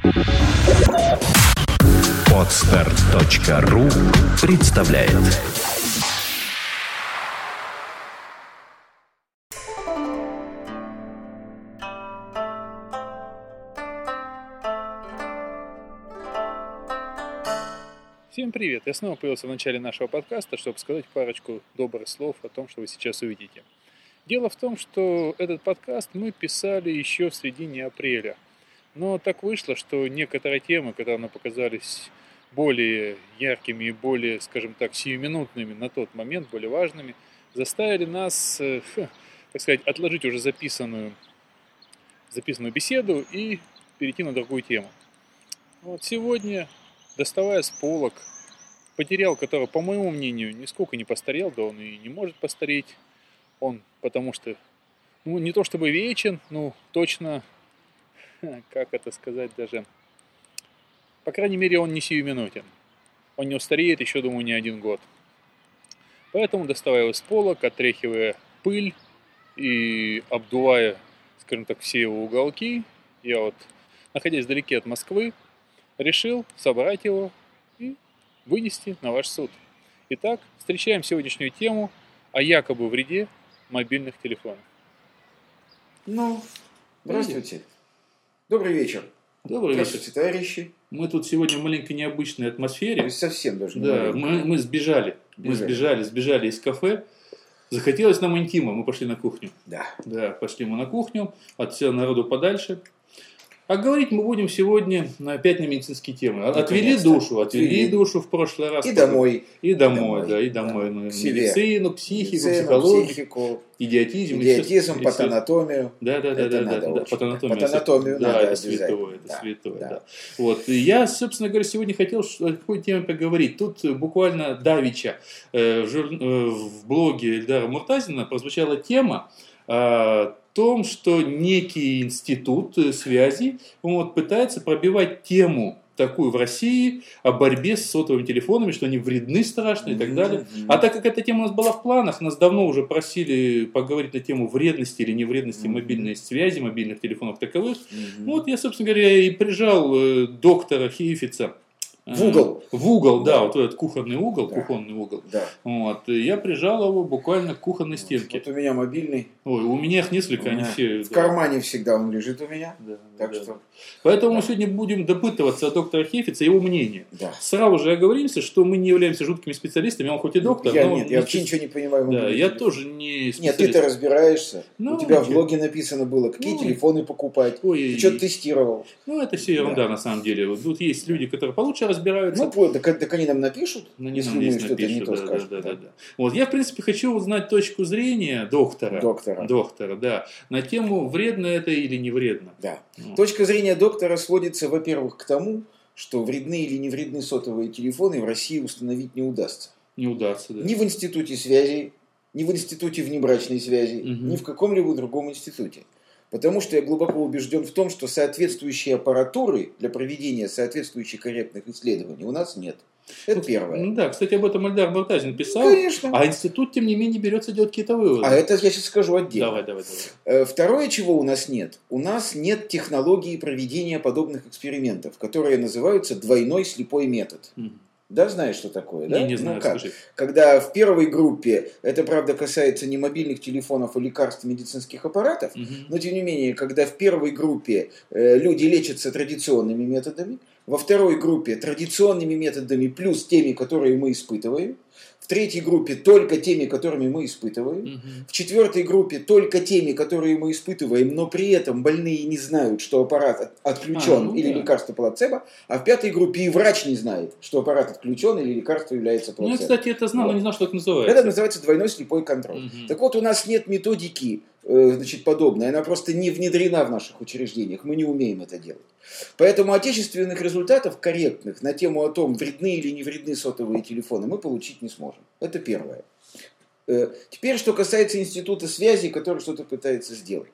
Podster.ru представляет. Всем привет! Я снова появился в начале нашего подкаста, чтобы сказать парочку добрых слов о том, что вы сейчас увидите. Дело в том, что этот подкаст мы писали еще в середине апреля. Но так вышло, что некоторые темы, которые нам показались более яркими и более, скажем так, сиюминутными на тот момент, более важными, заставили нас, так сказать, отложить уже записанную беседу и перейти на другую тему. Вот сегодня, доставая с полок материал, который, по моему мнению, нисколько не постарел, да он и не может постареть. Он, потому что, не то чтобы вечен, точно, как это сказать даже, по крайней мере, он не сиюминутен. Он не устареет еще, думаю, не один год. Поэтому, доставая его с полок, отряхивая пыль и обдувая, скажем так, все его уголки, я вот, находясь вдалеке от Москвы, решил собрать его и вынести на ваш суд. Итак, встречаем сегодняшнюю тему о якобы вреде мобильных телефонов. Здравствуйте. Добрый вечер. Добрый вечер. Здравствуйте, товарищи. Мы тут сегодня в маленько необычной атмосфере. Мы совсем даже не Да, мы сбежали из кафе. Захотелось нам интима, мы пошли на кухню. Да, пошли мы на кухню, от всего народу подальше. А говорить мы будем сегодня опять на медицинские темы. Отвели душу в прошлый раз. И домой. Да. Медицину, психику, идиотизм, патанатомию. Да. Патанатомию надо это святое. Да. Вот. И я, собственно говоря, сегодня хотел о такой теме поговорить. Тут буквально давеча в блоге Эльдара Муртазина прозвучала тема о том, что некий институт связи пытается пробивать тему такую в России о борьбе с сотовыми телефонами, что они вредны страшно и так далее. А так как эта тема у нас была в планах, нас давно уже просили поговорить на тему вредности или невредности мобильной связи, мобильных телефонов таковых. Вот я, собственно говоря, и прижал доктора Хейфица в угол, да, вот этот кухонный угол. Да. Вот, и я прижал его буквально к кухонной стенке. Вот у меня мобильный. Ой, у меня их несколько, они все... В кармане всегда он лежит у меня. Что... Поэтому мы сегодня будем допытываться от доктора Хейфица его мнения. Да. Сразу же оговоримся, что мы не являемся жуткими специалистами, он хоть и доктор, я вообще ничего не понимаю. Да, я тоже не специалист. Нет, ты-то разбираешься. У тебя в блоге написано было, какие телефоны покупать. Ты что-то тестировал. Это все ерунда на самом деле. Тут есть люди, которые получше разбираются. Так они нам напишут, если мы что-то не то скажем. Да. Вот я, в принципе, хочу узнать точку зрения доктора, да, на тему, вредно это или не вредно. Да. Точка зрения доктора сводится, во-первых, к тому, что вредны или не вредны сотовые телефоны в России установить не удастся. Не удастся, да. Ни в институте связи, ни в институте внебрачной связи, ни в каком-либо другом институте. Потому что я глубоко убежден в том, что соответствующей аппаратуры для проведения соответствующих корректных исследований у нас нет. Это первое. Да, кстати, об этом Эльдар Муртазин писал. Конечно. А институт, тем не менее, берется делать какие-то выводы. А это я сейчас скажу отдельно. Давай. Второе, чего у нас нет. У нас нет технологии проведения подобных экспериментов, которые называются двойной слепой метод. Да, знаешь, что такое? Да? Не знаю, скажи. Когда в первой группе, это, правда, касается не мобильных телефонов, а лекарств и медицинских аппаратов, но, тем не менее, когда в первой группе люди лечатся традиционными методами, во второй группе традиционными методами плюс теми, которые мы испытываем, в третьей группе только теми, которыми мы испытываем, в четвертой группе только теми, которые мы испытываем, но при этом больные не знают, что аппарат отключен или лекарство плацебо, а в пятой группе и врач не знает, что аппарат отключен или лекарство является плацебо. Я, кстати, это знал, но не знал, что это называется. Это называется двойной слепой контроль. Так вот, у нас нет методики, подобной, она просто не внедрена в наших учреждениях, мы не умеем это делать. Поэтому отечественных результатов корректных на тему о том, вредны или не вредны сотовые телефоны, мы получить не сможем. Это первое. Теперь, что касается института связи, который что-то пытается сделать.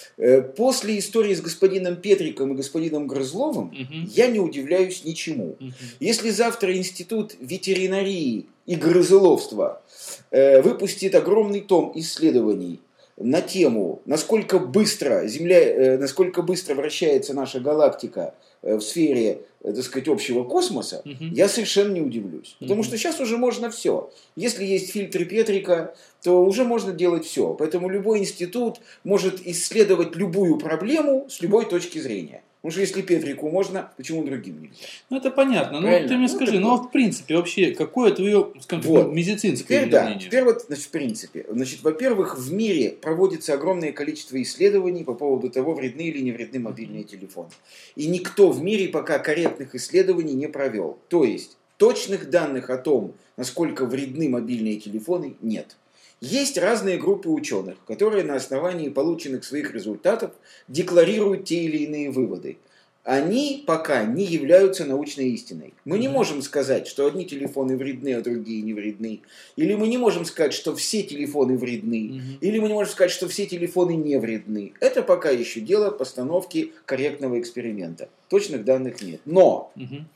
После истории с господином Петриком и господином Грызловым я не удивляюсь ничему. Если завтра институт ветеринарии и грызловства выпустит огромный том исследований на тему, насколько быстро насколько быстро вращается наша галактика в сфере, так сказать, общего космоса, я совершенно не удивлюсь. Потому что сейчас уже можно все. Если есть фильтры Петрика, то уже можно делать все. Поэтому любой институт может исследовать любую проблему с любой точки зрения. Потому что если Петрику можно, почему другим нельзя? Ну, это понятно. Ну, ты мне скажи, в принципе, вообще, какое твое, скажем, медицинское мнение? Теперь в принципе. Во-первых, в мире проводится огромное количество исследований по поводу того, вредны или не вредны мобильные телефоны. И никто в мире пока корректных исследований не провел. То есть, точных данных о том, насколько вредны мобильные телефоны, нет. Есть разные группы ученых, которые на основании полученных своих результатов декларируют те или иные выводы. Они пока не являются научной истиной. Мы не можем сказать, что одни телефоны вредны, а другие не вредны. Или мы не можем сказать, что все телефоны вредны. Или мы не можем сказать, что все телефоны не вредны. Это пока еще дело постановки корректного эксперимента. Точных данных нет. Но,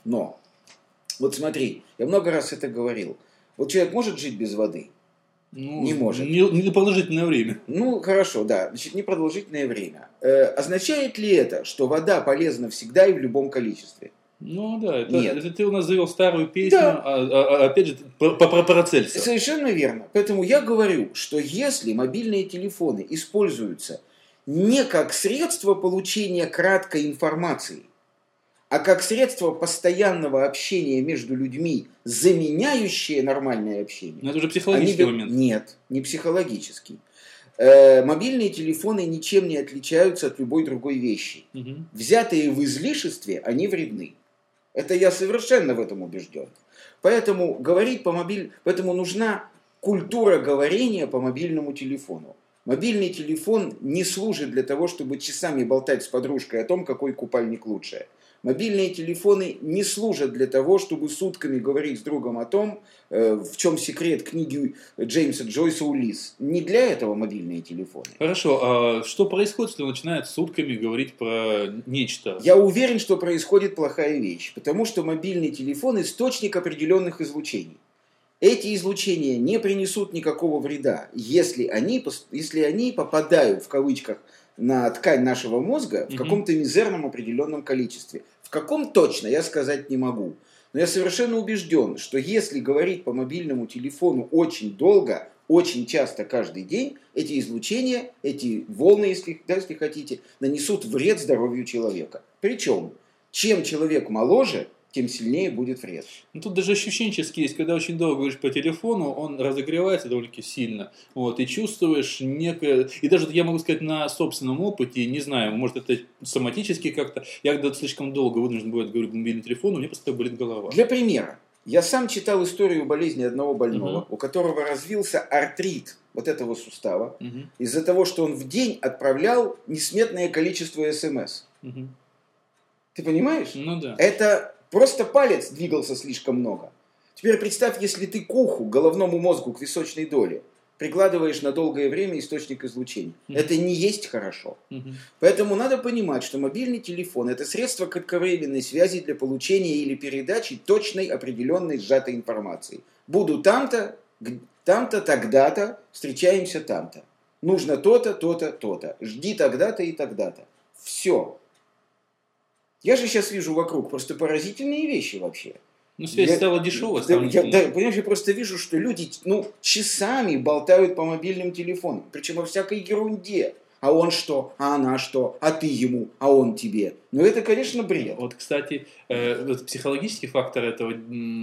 вот смотри, я много раз это говорил. Вот человек может жить без воды? Не может. Не продолжительное время. Хорошо, да. Значит, непродолжительное время. Означает ли это, что вода полезна всегда и в любом количестве? Да. Нет. Это ты у нас завел старую песню, да. Опять же, про Парацельса. Совершенно верно. Поэтому я говорю, что если мобильные телефоны используются не как средство получения краткой информации, а как средство постоянного общения между людьми, заменяющее нормальное общение. Но это уже психологический момент. Нет, не психологический. Мобильные телефоны ничем не отличаются от любой другой вещи. Взятые в излишестве, они вредны. Это я совершенно в этом убежден. Поэтому Поэтому нужна культура говорения по мобильному телефону. Мобильный телефон не служит для того, чтобы часами болтать с подружкой о том, какой купальник лучше. Мобильные телефоны не служат для того, чтобы сутками говорить с другом о том, в чем секрет книги Джеймса Джойса «Улисс». Не для этого мобильные телефоны. Хорошо, а что происходит, если он начинает сутками говорить про нечто? Я уверен, что происходит плохая вещь, потому что мобильный телефон – источник определенных излучений. Эти излучения не принесут никакого вреда, если они попадают, в кавычках, на ткань нашего мозга в каком-то мизерном определенном количестве. В каком точно, я сказать не могу. Но я совершенно убежден, что если говорить по мобильному телефону очень долго, очень часто, каждый день, эти излучения, эти волны, если хотите, нанесут вред здоровью человека. Причем, чем человек моложе, тем сильнее будет вред. Тут даже ощущенчески есть, когда очень долго говоришь по телефону, он разогревается довольно-таки сильно, и чувствуешь некое, и даже я могу сказать на собственном опыте, не знаю, может это соматически как-то, я когда слишком долго вынужден бывает говорить по мобильному телефону, у меня просто болит голова. Для примера, я сам читал историю болезни одного больного, у которого развился артрит вот этого сустава, из-за того, что он в день отправлял несметное количество СМС. Ты понимаешь? Да. Это просто палец двигался слишком много. Теперь представь, если ты к уху, к головному мозгу, к височной доле прикладываешь на долгое время источник излучения. Это не есть хорошо. Поэтому надо понимать, что мобильный телефон – это средство кратковременной связи для получения или передачи точной, определенной, сжатой информации. Буду там-то, тогда-то, встречаемся там-то. Нужно то-то, то-то, то-то. Жди тогда-то и тогда-то. Все. Я же сейчас вижу вокруг просто поразительные вещи вообще. Связь стала дешевой. Понимаешь, я просто вижу, что люди часами болтают по мобильным телефонам. Причем о всякой ерунде. А он что? А она что? А ты ему? А он тебе? Это, конечно, бред. Вот, кстати, психологический фактор этого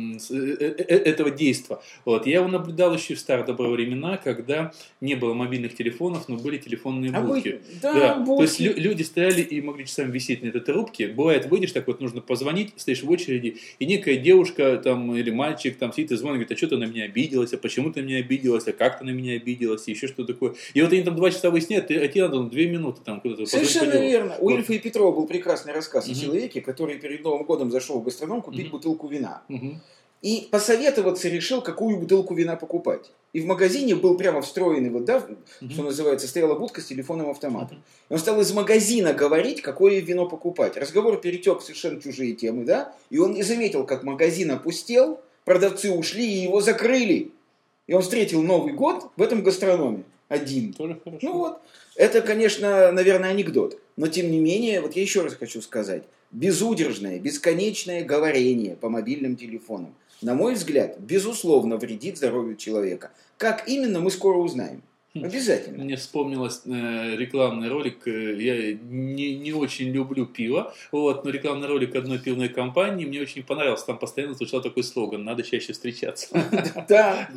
действа. Я его наблюдал еще в старые добрые времена, когда не было мобильных телефонов, но были телефонные будки. Да. То есть люди стояли и могли часами висеть на этой трубке. Бывает, выйдешь, нужно позвонить, стоишь в очереди, и некая девушка или мальчик сидит и звонит, говорит, а что ты на меня обиделась, а почему ты на меня обиделась, а как ты на меня обиделась, и еще что такое. И они 2 часа выясняют, а тебе надо 2 минуты куда-то. Совершенно верно. У Ильфа и Петрова был прекрасный рассказ о человеке, который перед Новым годом зашел в гастроном купить бутылку вина. И посоветоваться решил, какую бутылку вина покупать. И в магазине был прямо встроенный, что называется, стояла будка с телефонным автоматом. И он стал из магазина говорить, какое вино покупать. Разговор перетек в совершенно чужие темы, и он не заметил, как магазин опустел, продавцы ушли и его закрыли. И он встретил Новый год в этом гастрономе. один. Тоже хорошо. Ну вот, это, конечно, наверное, анекдот. Но, тем не менее, вот я еще раз хочу сказать. Безудержное, бесконечное говорение по мобильным телефонам, на мой взгляд, безусловно вредит здоровью человека. Как именно, мы скоро узнаем. Обязательно. Мне вспомнилось рекламный ролик. Я не очень люблю пиво, вот, но рекламный ролик одной пивной компании мне очень понравился. Там постоянно звучал такой слоган: надо чаще встречаться. Да.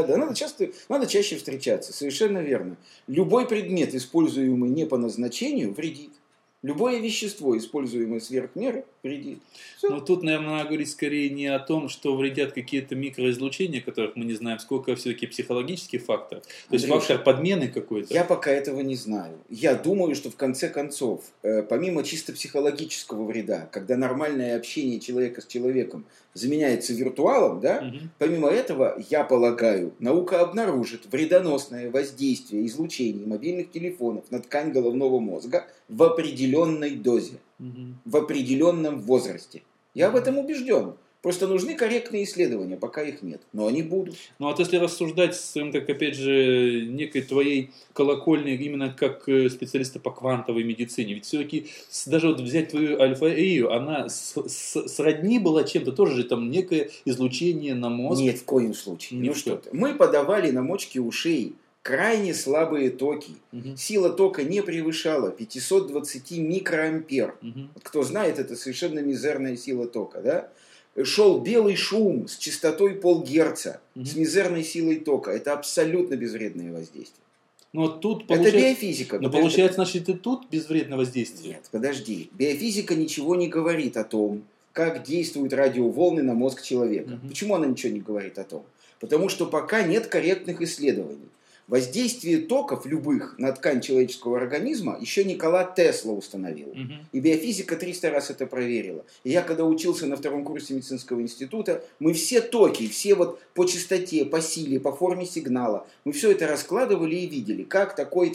Надо чаще встречаться, совершенно верно. Любой предмет, используемый не по назначению, вредит. Любое вещество, используемое сверх меры, вредит. Всё. Но тут, наверное, надо говорить скорее не о том, что вредят какие-то микроизлучения, которых мы не знаем, сколько все-таки психологический фактор. То есть Андрюша, фактор подмены какой-то. Я пока этого не знаю. Я думаю, что в конце концов, помимо чисто психологического вреда, когда нормальное общение человека с человеком заменяется виртуалом, да, помимо этого, я полагаю, наука обнаружит вредоносное воздействие излучений мобильных телефонов на ткань головного мозга в определенной дозе, в определенном возрасте. Я в этом убежден. Просто нужны корректные исследования, пока их нет. Но они будут. Ну, вот если рассуждать, скажем так, опять же, некой твоей колокольной, именно как специалиста по квантовой медицине, ведь все-таки даже вот взять твою альфа-эю, она сродни была чем-то, тоже же там некое излучение на мозг. Нет, в коем случае. Ни Ну в что коем. ты. Мы подавали на мочки ушей крайне слабые токи. Сила тока не превышала 520 микроампер. Вот кто знает, это совершенно мизерная сила тока, да? Шел белый шум с частотой полгерца, с мизерной силой тока. Это абсолютно безвредное воздействие. Ну, вот тут Это получается... биофизика. Но получается, значит, и тут безвредное воздействие. Нет, подожди. Биофизика ничего не говорит о том, как действуют радиоволны на мозг человека. Почему она ничего не говорит о том? Потому что пока нет корректных исследований. Воздействие токов любых на ткань человеческого организма еще Никола Тесла установил. И биофизика 300 раз это проверила. И я, когда учился на втором курсе медицинского института, мы все токи, все вот по частоте, по силе, по форме сигнала, мы все это раскладывали и видели, как такой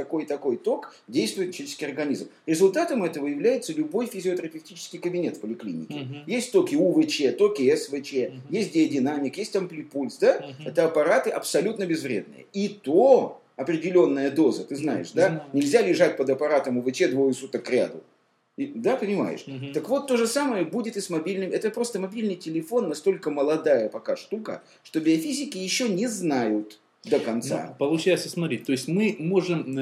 ток действует на человеческий организм. Результатом этого является любой физиотерапевтический кабинет в поликлинике. Есть токи УВЧ, токи СВЧ, есть диадинамик, есть амплипульс. Да? Это аппараты абсолютно безвредные. И то определенная доза, ты знаешь, да? Нельзя лежать под аппаратом УВЧ 2 суток кряду. Да, понимаешь? Так вот, то же самое будет и с мобильным. Это просто мобильный телефон, настолько молодая пока штука, что биофизики еще не знают до конца. Ну, получается, смотри, то есть мы можем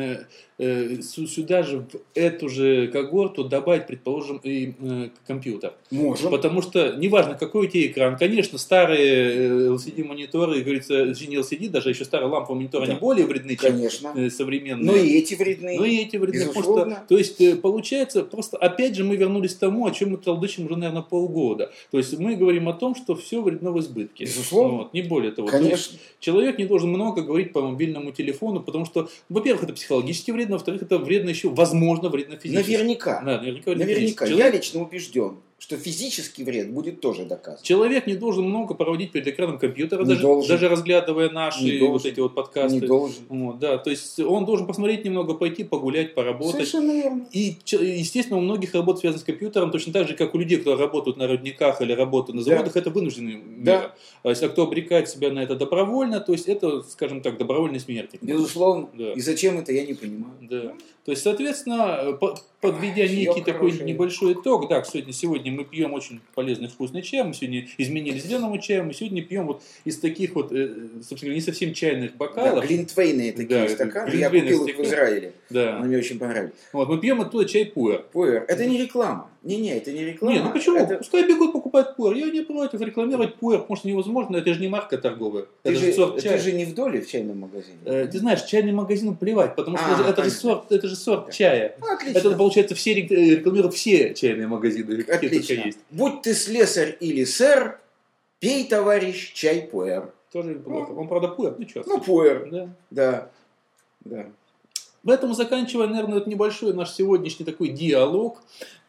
сюда же, в эту же когорту добавить, предположим, и компьютер. Можем. Потому что, неважно, какой у тебя экран, конечно, старые LCD-мониторы, говорится, не LCD, даже еще старые ламповые мониторы, они более вредны, чем современные. Но и эти вредны. Безусловно. То есть, получается, просто, опять же, мы вернулись к тому, о чем мы толдычим уже, наверное, полгода. То есть, мы говорим о том, что все вредно в избытке. Безусловно. Вот, не более того. Конечно. Человек не должен много говорить по мобильному телефону, потому что, во-первых, это психологически вредно, во-вторых, это вредно еще, возможно, вредно физически. Наверняка. Да, наверняка. Я лично убежден, что физический вред будет тоже доказан. Человек не должен много проводить перед экраном компьютера, Не даже разглядывая наши вот эти вот подкасты. Не должен. Вот, да, то есть он должен посмотреть немного, пойти погулять, поработать. Совершенно верно. И, естественно, у многих работа связана с компьютером, точно так же, как у людей, кто работают на рудниках или работают на заводах, это вынужденные меры. А если кто обрекает себя на это добровольно, то есть это, скажем так, добровольная смерть. Безусловно. Да. И зачем это, я не понимаю. Да. То есть, соответственно, подведя некий такой небольшой итог, да, сегодня мы пьем очень полезный вкусный чай, мы сегодня изменили зеленому чаю, мы сегодня пьем вот из таких вот, собственно говоря, не совсем чайных бокалов. Да, глинтвейные такие стаканы, я купил их в Израиле, да. Мне очень понравились. Вот, мы пьем оттуда чай пуэр. Пуэр, это не реклама. Не, это не реклама. Не, ну почему? Пускай бегут покупать пуэр. Я не против рекламировать пуэр, потому что невозможно, это же не марка торговая. Ты же не в доле в чайном магазине? Ты знаешь, чайным магазинам плевать, потому что это же сорт чая. Отлично. Это, получается, все рекламируют все чайные магазины, какие только есть. Будь ты слесарь или сэр, пей, товарищ, чай пуэр. Тоже неплохо. Он, правда, пуэр, ну что? Ну, пуэр. Да. Поэтому заканчивая, наверное, вот небольшой наш сегодняшний такой диалог,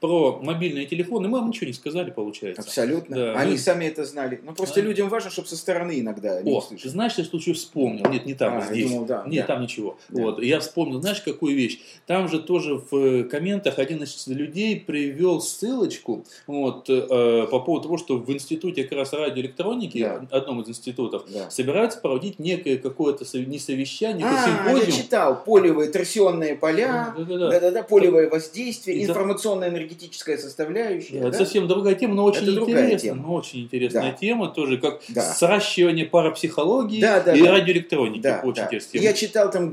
про мобильные телефоны, мы вам ничего не сказали, получается. Абсолютно. Да, Они сами это знали. Но просто людям важно, чтобы со стороны иногда не услышали. Знаешь, я случай вспомнил. Нет, не там, здесь. Думал, Нет, там ничего. Да. Вот. Я вспомнил, знаешь, какую вещь? Там же тоже в комментах один из людей привел ссылочку вот, по поводу того, что в институте как раз радиоэлектроники, одном из институтов, собираются проводить некое какое-то не совещание, симпозиум. Я читал. Полевые торсионные поля, полевое воздействие, информационная энергетическая составляющая. Это совсем другая тема, но очень интересная. Очень интересная тема тоже, как сращивание парапсихологии и радиоэлектроники. Очень интересная тема. Я читал там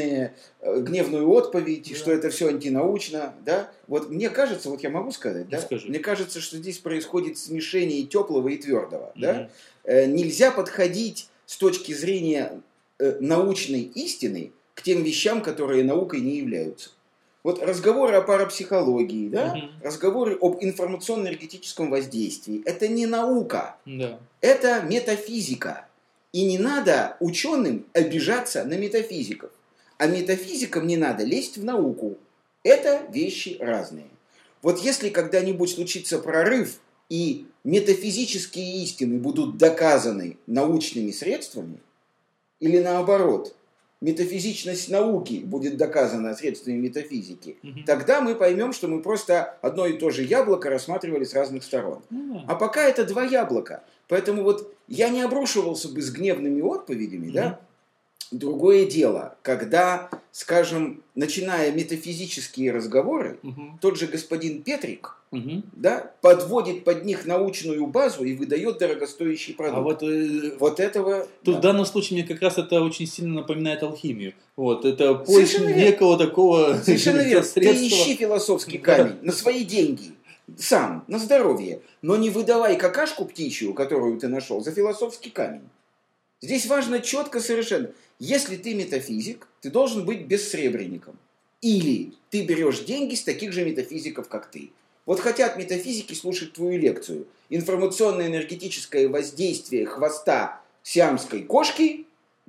гневную отповедь, что это все антинаучно. Да? Вот мне кажется, вот я могу сказать, мне кажется, что здесь происходит смешение теплого и твердого. Да? Нельзя подходить с точки зрения научной истины к тем вещам, которые наукой не являются. Вот разговоры о парапсихологии, разговоры об информационно-энергетическом воздействии – это не наука, это метафизика. И не надо ученым обижаться на метафизиков. А метафизикам не надо лезть в науку. Это вещи разные. Вот если когда-нибудь случится прорыв, и метафизические истины будут доказаны научными средствами, или наоборот, метафизичность науки будет доказана средствами метафизики, тогда мы поймем, что мы просто одно и то же яблоко рассматривали с разных сторон. А пока это два яблока. Поэтому вот я не обрушивался бы с гневными отповедями, Другое дело, когда, скажем, начиная метафизические разговоры, тот же господин Петрик, подводит под них научную базу и выдает дорогостоящий продукт. Вот этого... Тут в данном случае мне как раз это очень сильно напоминает алхимию. Вот, это поиск некого такого Совершенно верно. средства. Ты ищи философский камень на свои деньги. Сам, на здоровье. Но не выдавай какашку птичью, которую ты нашел, за философский камень. Здесь важно четко совершенно. Если ты метафизик, ты должен быть бессребренником. Или ты берешь деньги с таких же метафизиков, как ты. Вот хотят метафизики слушать твою лекцию. Информационно-энергетическое воздействие хвоста сиамской кошки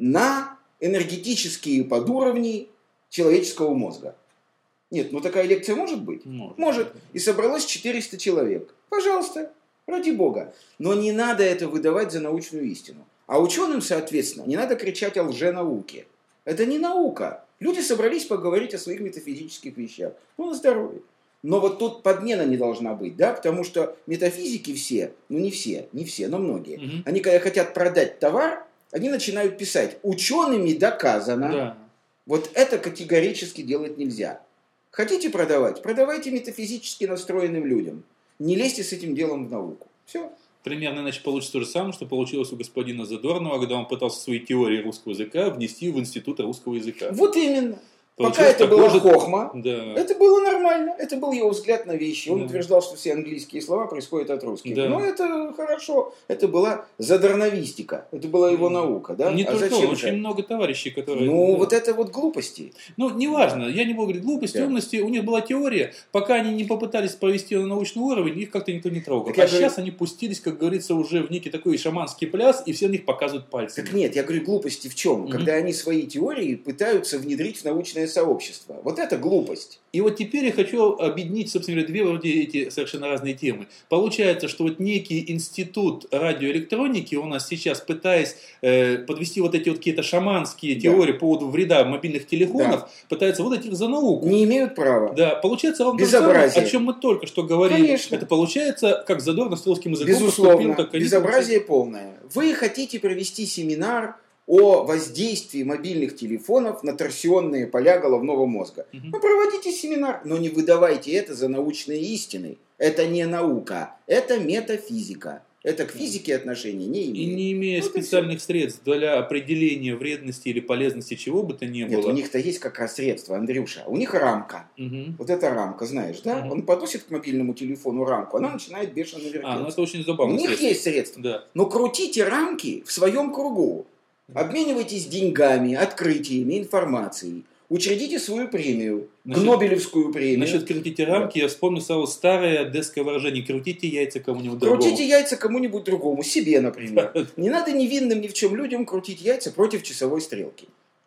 на энергетические подуровни человеческого мозга. Нет, такая лекция может быть? Может. И собралось 400 человек. Пожалуйста, ради бога. Но не надо это выдавать за научную истину. А ученым, соответственно, не надо кричать о лженауке. Это не наука. Люди собрались поговорить о своих метафизических вещах. На здоровье. Но вот тут подмена не должна быть, потому что метафизики все, не все, но многие, они когда хотят продать товар, они начинают писать: учеными доказано. Вот это категорически делать нельзя. Хотите продавать? Продавайте метафизически настроенным людям. Не лезьте с этим делом в науку. Все. Примерно иначе получится то же самое, что получилось у господина Задорнова, когда он пытался свои теории русского языка внести в Институт русского языка. Вот именно. Пока это была хохма, это было нормально, это был его взгляд на вещи. Он утверждал, что все английские слова происходят от русских. Но это хорошо, это была задорновистика, это была его наука. Не только он, очень много товарищей, которые... вот это вот глупости. Неважно, я не буду говорить глупости, умности, у них была теория, пока они не попытались провести ее на научный уровень, их как-то никто не трогал. Сейчас они пустились, как говорится, уже в некий такой шаманский пляс, и все на них показывают пальцами. Так нет, я говорю, глупости в чем? Когда они свои теории пытаются внедрить в научное сообщество. Вот это глупость. И вот теперь я хочу объединить, собственно говоря, две вроде эти совершенно разные темы. Получается, что вот некий институт радиоэлектроники у нас сейчас, пытаясь подвести вот эти вот какие-то шаманские теории по поводу вреда мобильных телефонов, пытаются выдать их за науку. Не имеют права. Да, получается ровно то же самое, о чем мы только что говорили. Конечно. Это получается, как Задорнов с русским языком. Безусловно, безобразие полное. Вы хотите провести семинар о воздействии мобильных телефонов на торсионные поля головного мозга. Проводите семинар, но не выдавайте это за научные истины. Это не наука, это метафизика. Это к физике отношения не имеет. И не имея специальных средств для определения вредности или полезности чего бы то ни было. Нет, у них-то есть как раз средства, Андрюша. У них рамка. Вот эта рамка, знаешь, да? Он подносит к мобильному телефону рамку, она начинает бешено вертеться. Это очень забавно. У них есть средства. Да. Но крутите рамки в своем кругу. Обменивайтесь деньгами, открытиями, информацией. Учредите свою премию, Нобелевскую премию. Насчет крутите рамки, я вспомнил сразу старое одесское выражение: крутите яйца кому-нибудь другому. Крутите яйца кому-нибудь другому, себе, например. Не надо невинным ни в чем людям крутить яйца против часовой стрелки.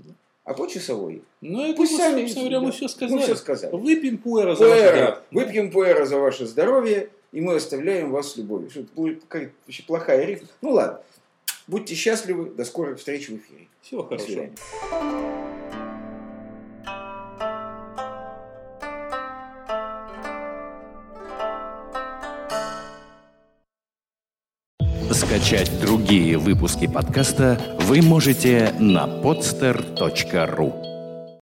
а по часовой. Ну, это, Пусть сами, собственно говоря, мы все сказали. Мы все сказали. Выпьем пуэра за ваше здоровье. Выпьем пуэра за ваше здоровье, и мы оставляем вас с любовью. Что это будет какая-то вообще плохая рифма. Ну ладно. Будьте счастливы. До скорых встреч в эфире. Всего хорошего. Скачать другие выпуски подкаста вы можете на podster.ru.